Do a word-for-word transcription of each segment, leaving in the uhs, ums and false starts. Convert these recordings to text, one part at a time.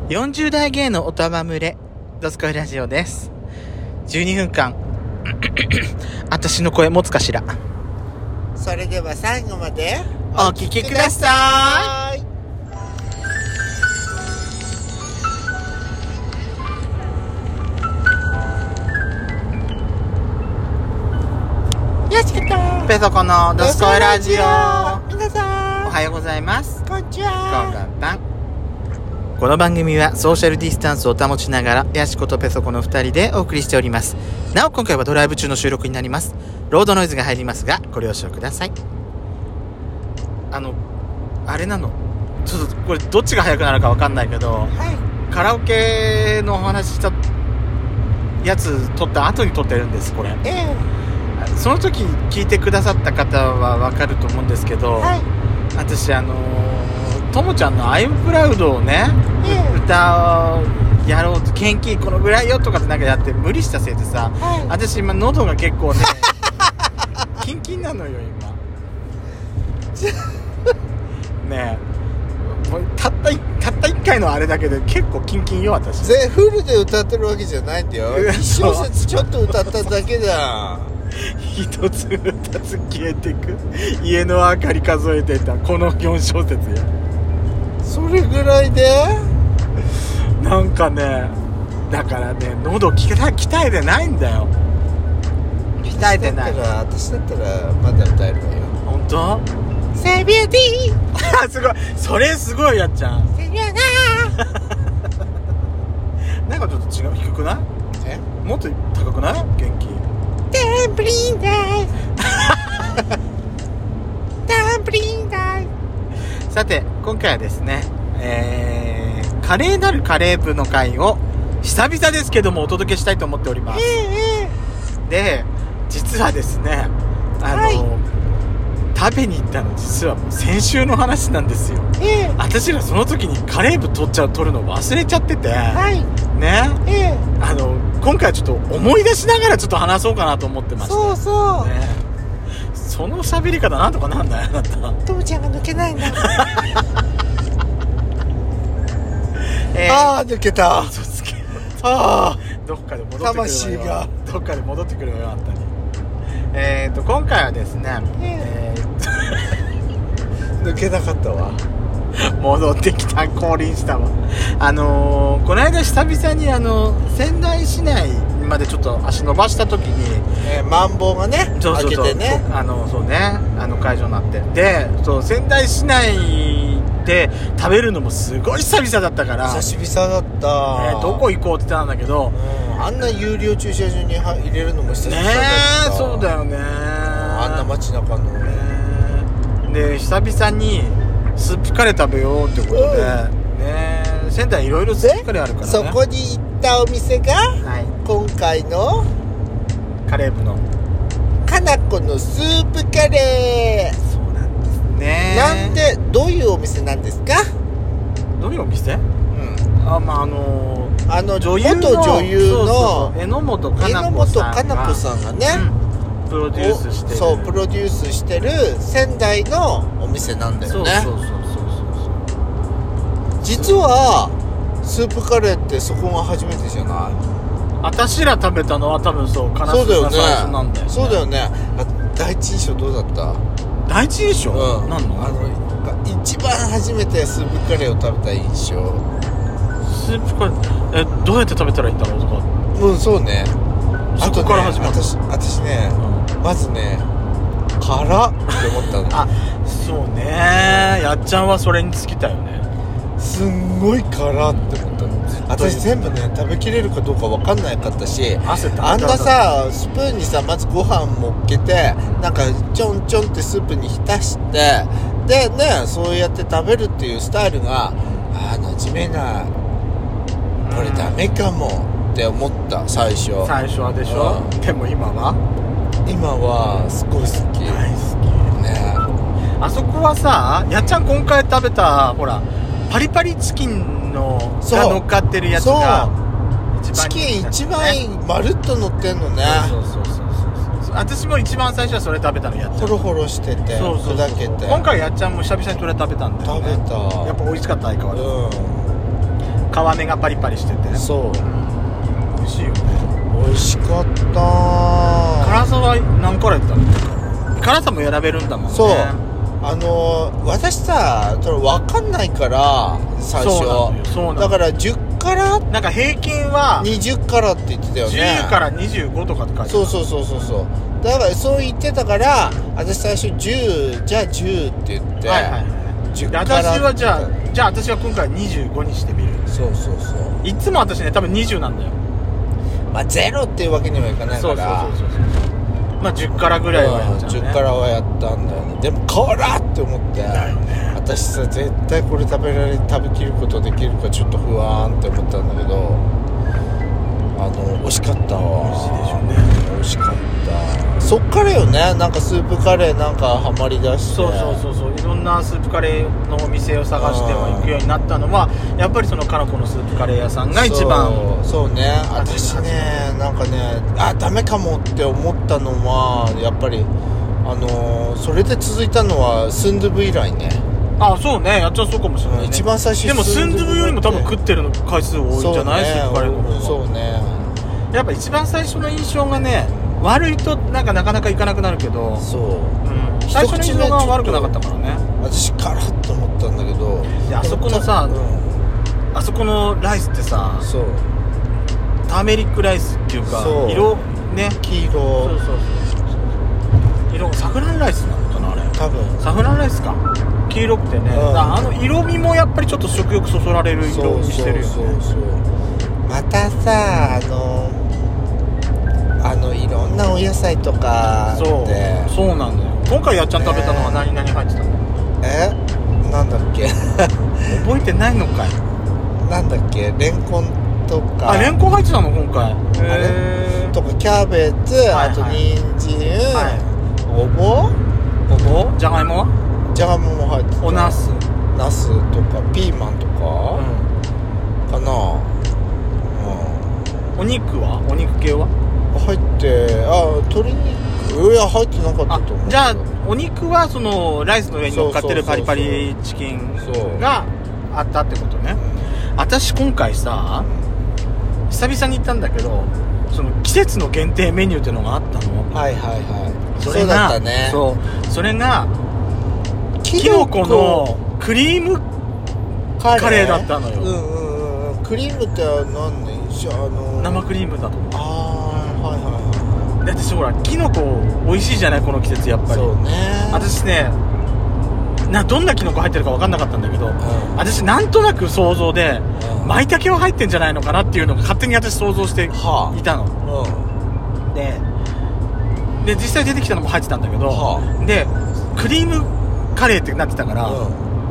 よんじゅう代芸のおたまむれドスコイラジオです。じゅうにふんかん私の声持つかしら。 それでは最後までお聞きください。 よしきたペソコのドスコイラジオ。 皆さんおはようございます。 こんにちこんは。 ばんは。この番組はソーシャルディスタンスを保ちながらヤシコとペソコのふたりでお送りしております。なお今回はドライブ中の収録になります。ロードノイズが入りますがご了承ください。あのあれなのちょっとこれどっちが早くなるか分かんないけど、 はカラオケのお話したやつ撮った後に撮ってるんです。これい。えー、 その時聞いてくださった方は分かると思うんですけど、 はい。 私あのー、ともちゃんの I'm Proud をね、 えー、 歌をやろうと元気このぐらいよとかってなんかやって無理したせいでさ、 はい。 私今喉が結構ねキンキンなのよ今ねえもうたったたったいっかいのあれだけで結構キンキンよ私。 全フルで歌ってるわけじゃないんだよ。 うん一小節ちょっと歌っただけだ。 一つ二つ消えてく家の明かり数えてたこのよん小節よ。 それぐらいでなんかねだからね喉鍛え鍛えてないんだよ。鍛えてない。 私だったら私だったらまだ歌えるわよ。 本当？ セビューティーすごいそれすごいやっちゃん。 セビューナなんかちょっと違う低くない？ えもっと高くない？元気テンプリンダイテンプリンダイ。 さて今回はですね、えー、華麗なるカレー部の会を久々ですけどもお届けしたいと思っております。 ええで実はですねあの、 はい食べに行ったの実はもう先週の話なんですよ。 ええ私らその時にカレー部取っちゃう取るの忘れちゃってて、 はいねええあの今回はちょっと思い出しながらちょっと話そうかなと思ってました。 そうそう、 ね、その喋り方なんとかなんだよあなた。 ともちゃんが抜けないんだえー、 ああ抜けた。 嘘つけああどっかで戻ってくるわよ。 魂がどっかで戻ってくるわよあんたに。えーと今回はですね、 ええー抜けなかったわ。 戻ってきた降臨したわ。あのー、この間久々にあの仙台市内までちょっと足伸ばした時に、 えー、マンボウがねそうそうそう開けてね。 あのそうねあの会場になってでそう仙台市内で食べるのもすごい久々だったから、 久しぶりだった、 えー、どこ行こうって言ったんだけど、 うん、あんな有料駐車場に入れるのも久しぶりねだった。 えそうだよねあんな街中の、 ねで久々にスープカレー食べようってことで、 うんね仙台いろいろスープカレーあるからね。 そこに行ったお店がはい今回のカレー部のかなこのスープカレー、 そうなんですね。 なんでどういうお店なんですか？ どういうお店？ うんあまああのー、 あの女優の元女優のそうそう榎本かな子さんが榎本かな子さんがね、 うん、プロデュースしてるそうプロデュースしてる仙台のお店なんだよね。 そうそうそうそうそう実はスープカレーってそこが初めてじゃない？ 私ら食べたのは多分そうかなそうだよね最初なんだよね。 そうだよね。あ第一印象どうだった？ 第一印象、 うん、 なんのあの一番初めてスープカレーを食べた印象。 スープカレーえどうやって食べたらいいんだろうとか。 うんそうね。 そこから始まる。 私私ね、 うん、 まずね辛って思ったの。 あそうねやっちゃんはそれに尽きたよね。 すんごい辛って思ったの。私全部ね食べきれるかどうか分かんなかったし、 汗だあんなさスプーンにさまずご飯盛っけてなんかちょんちょんってスープに浸してでねそうやって食べるっていうスタイルがあ馴染めない、これダメかもって思った最初。 最初はでしょ、うん、でも今は今はすごい好き。 大好きね。 あそこはさやっちゃん今回食べたほらパリパリチキンのが乗っかってるやつが一番、 チキン一枚まるっと乗ってんのね。 そうそうそうそうそう。私も一番最初はそれ食べたのやっちゃん。 ホロホロしててそうそうそう砕けて。 今回やっちゃんも久々にそれ食べたんだよね。 食べた。 やっぱ美味しかった相変わらず。 うん。 皮目がパリパリしてて、 そう、 うん、美味しいよね。 美味しかった。 辛さは何からやったの？辛さも選べるんだもんね。 そう、あのー、私さそれ分かんないから最初、 そうだからじゅっからなんか平均はにじゅうからって言ってたよね。 じゅうからにじゅうごとかって書いてある。 そうそうそうそうそう。だからそう言ってたから私最初じゅうじゃあじゅうって言って、 はいはいはい、 じゅっから私はじゃあじゃあ私は今回にじゅうごにしてみる。 そうそうそう。 いつも私ね多分にじゅうなんだよ。 まあゼロっていうわけにはいかないから、 そうそうそうそう、まあじゅっからぐらいはやっちゃうね。 じゅっからはやったんだよね。でも辛って思ってだよね。 私さ絶対これ食べられ食べきることできるかちょっと不安って思ったんだけど、あの美味しかったわ。 美味しいでしょうね。 美味しかった。そっからよね、なんかスープカレーなんかハマりだして、 そうそうそうそう、いろんなスープカレーのお店を探しては行くようになったのはやっぱりそのかのこのスープカレー屋さんが一番。 そう、そうね。私ねなんかねあダメかもって思ったのはやっぱりあのー、それで続いたのはスンドゥブ以来ね。 ああそうね、やっちゃそうかもしれないね。 一番最初でもスンドゥブよりも多分食ってるの回数多いんじゃない？スープカレーの方が。 そうね。 やっぱ一番最初の印象がね悪いとなんかなかなかいかなくなるけど、 そう、うん、 最初の印象が悪くなかったからね。 私辛っと思ったんだけど、 いやあそこのさ、 うん、 あそこのライスってさ、 そうターメリックライスっていうか色ね、 黄色、 そうそうそうそう、色サフランライスなのかなあれ。 多分サフランライスか。黄色くてね、うん、あの色味もやっぱりちょっと食欲そそられる色にしてるよね。 そうそうそうそう。またさあのあのいろんなお野菜とかってそうそうなんだよ。今回やっちゃん食べたのは何々入ってたの？ えなんだっけ覚えてないのかい。 なんだっけレンコンとか。 あレンコン入ってたの今回。 あれとかキャベツ、はいはい、あと人参、はい、ごぼうごぼうじゃがいもはじゃがいもも入ってた。 おナスナスとかピーマンとか、うん、かな、 うん、お肉はお肉系は入ってあ鶏肉いや入ってなかったと思う。 じゃあお肉はそのライスの上に乗っかってるパリパリチキンがあったってことね。私今回さ久々に行ったんだけどその季節の限定メニューっていうのがあったの。 はいはいはい。 それがそうだったね。 そうそれがキノコのクリームカレーだったのよ。 うんうんうん。クリームって何ねじゃあの生クリームだと思う。 ああはいはいはい。 だってほらキノコ美味しいじゃないこの季節やっぱり。 そうね。 私ねなどんなキノコ入ってるか分かんなかったんだけど、うん、私なんとなく想像で、うん、舞茸は入ってんじゃないのかなっていうのが勝手に私想像していたの、はあ、でで実際出てきたのも入ってたんだけど、はあ、でクリームカレーってなってたから、うん、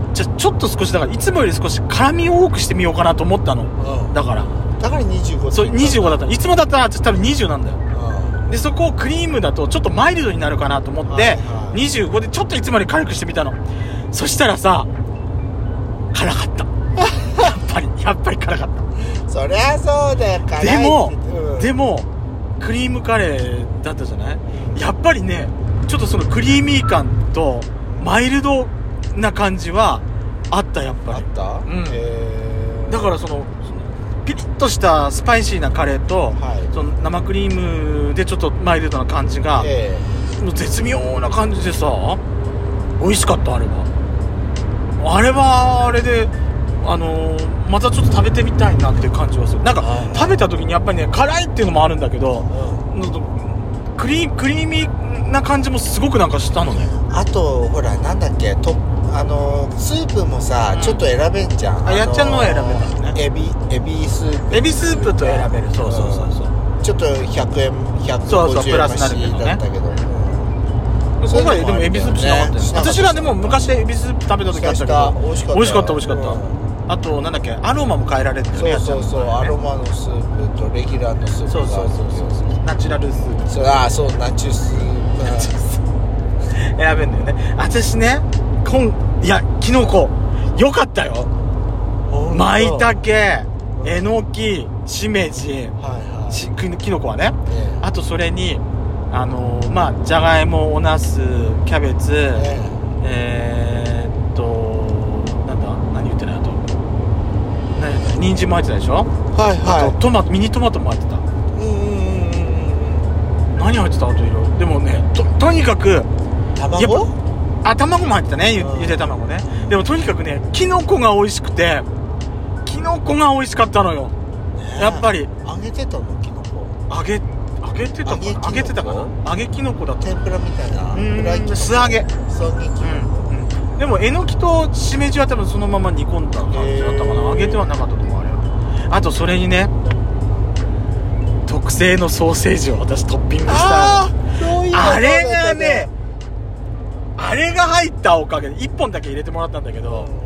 じゃちょっと少しだからいつもより少し辛みを多くしてみようかなと思ったの、うん、だからだからにじゅうごそうにじゅうごだった。いつもだったら多分にじゅうなんだよ、うん、でそこをクリームだとちょっとマイルドになるかなと思って、はいはい、にじゅうごでちょっといつもより軽くしてみたの。そしたらさ辛かったやっぱりやっぱり辛かった。 そりゃそうだよ辛い。 でも、 うん、 でもクリームカレーだったじゃない。やっぱりねちょっとそのクリーミー感とマイルドな感じはあったやっぱり。 あった、うん、へだからそのピリッとしたスパイシーなカレーと、はい、その生クリームでちょっとマイルドな感じがもう絶妙な感じでさ美味しかった。あれはあれはあれであのー、またちょっと食べてみたいなっていう感じはする。なんか食べた時にやっぱりね辛いっていうのもあるんだけど、うん、クリー、クリーミーな感じもすごくなんかしたのね。 あとほらなんだっけとあのー、スープもさ、うん、ちょっと選べんじゃん。 あ、やっちゃんのは選べたのね。 エビエビスープエビスープと選べる。そうそうそうそう、 うん、ちょっとひゃくえんひゃくごじゅうえん増しだったけど、 今回でもエビスープしなかったよ、ね、私らでも昔エビスープ食べた時あったけど美味しかった美味しかった美味しかった、うん、あとなんだっけアロマも変えられてるね。 そうそうそう、ね、アロマのスープとレギュラーのスープがある。 そうそうそうそうナチュラルスープ。 そうあそうナチュスープナチュス選べんだよね。私ねこんいやキノコよかったよ。舞茸えのきしめじ、はいはい、キノコはね、えー、あとそれにあのー、まあじゃがいもおなすキャベツ、えー、えー、っとなんだ何言ってないあと何言ってない人参も入ってたでしょ。 はいはいあとトマト、ミニトマトも入ってた。 うんうんうんうん。 何入ってた？あといろいろ。でもね と, とにかく卵？ あ、卵も入ってたね、ゆ, うんゆで卵ね。でもとにかくねキノコが美味しくて、キノコが美味しかったのよ、ね、やっぱり。 揚げてたのキノコ？ 揚げ揚げてたかな、揚げてたかな、揚げキノコだった。 天ぷらみたいな。 うんフライキノコ、 素揚げ。 素揚げキノコ、 うんうん、でもえのきとしめじは多分そのまま煮込んだ感じだったかな。揚げてはなかったと思うあれは。あとそれにね特製のソーセージを私トッピングしたあーそういうのあれがねあれが入ったおかげでいっぽんだけ入れてもらったんだけど、うん、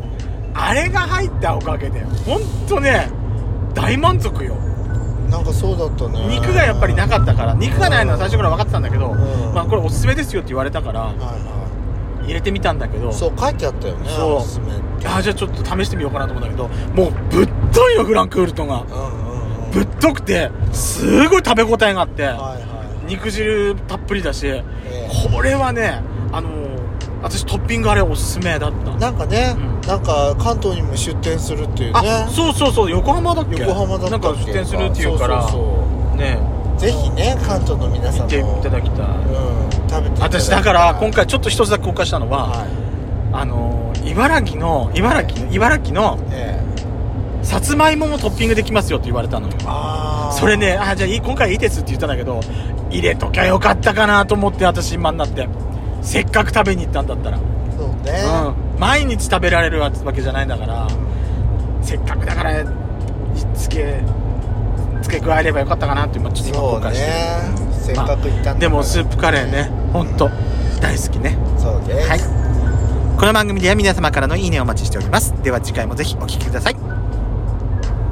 あれが入ったおかげでほんとね大満足よ。 なんかそうだったね。 肉がやっぱりなかったから、肉がないのは最初から分かってたんだけど、 うん、 まあこれおすすめですよって言われたから、 はいはい、 入れてみたんだけど、 そう書いてあったよね。 そうおすすめって。 あじゃあちょっと試してみようかなと思うんだけど、もうぶっといのフランクフルトが、 うんうんうん、 ぶっとくてすごい食べ応えがあって、はいはい、 肉汁たっぷりだし、えー、 これはねあのー、私トッピングあれおすすめだった。 なんかね、うん、なんか関東にも出店するっていうね。 あそうそうそう、横浜だっけ。 横浜だったっけ。 なんか出店するっていうからそうそうそうね、ぜひね関東の皆さんも見ていただきたい、 うん、食べていただきたい。 私だから今回ちょっと一つだけ公開したのは、はい、あのー、茨城の茨城の茨城の、ええ、さつまいももトッピングできますよって言われたのよ。あそれね、あじゃあいい今回いいですって言ったんだけど、入れときゃよかったかなと思って私今になって、せっかく食べに行ったんだったらそうね、 うん、毎日食べられるわけじゃないんだから、うん、せっかくだからつけ付け加えればよかったかなって今ちょっと今後悔してる、 ね、せっかく行ったんだから、 まあ、でもスープカレーねほんと大好きね。 そうです、 はい、この番組では皆様からのいいねをお待ちしております。では次回もぜひお聞きください。